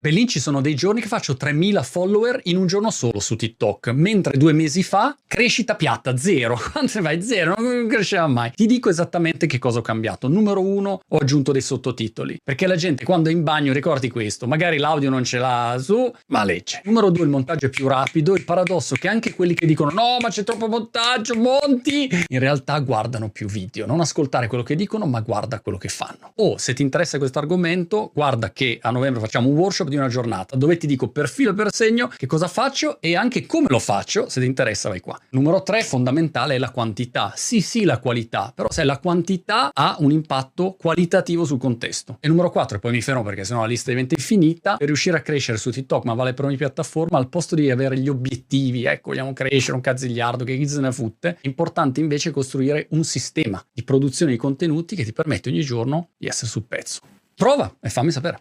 Per lì ci sono dei giorni che faccio 3000 follower in un giorno solo su TikTok, mentre 2 mesi fa crescita piatta, zero. Quando se vai zero non cresceva mai. Ti dico esattamente che cosa ho cambiato. Numero 1, ho aggiunto dei sottotitoli, perché la gente quando è in bagno, ricordi questo, magari l'audio non ce l'ha su, ma legge. Numero 2, il montaggio è più rapido. Il paradosso è che anche quelli che dicono no ma c'è troppo montaggio, monti, in realtà guardano più video. Non ascoltare quello che dicono, ma guarda quello che fanno. Se ti interessa questo argomento, guarda che a novembre facciamo un workshop di una giornata dove ti dico per filo e per segno che cosa faccio e anche come lo faccio. Se ti interessa vai qua. Numero 3, fondamentale, è la quantità. Sì la qualità, però se la quantità ha un impatto qualitativo sul contesto. E numero 4, e poi mi fermo perché sennò la lista diventa infinita, per riuscire a crescere su TikTok, ma vale per ogni piattaforma, al posto di avere gli obiettivi, ecco, vogliamo crescere un cazzigliardo, che chi se ne fotte, è importante invece costruire un sistema di produzione di contenuti che ti permette ogni giorno di essere sul pezzo. Prova e fammi sapere.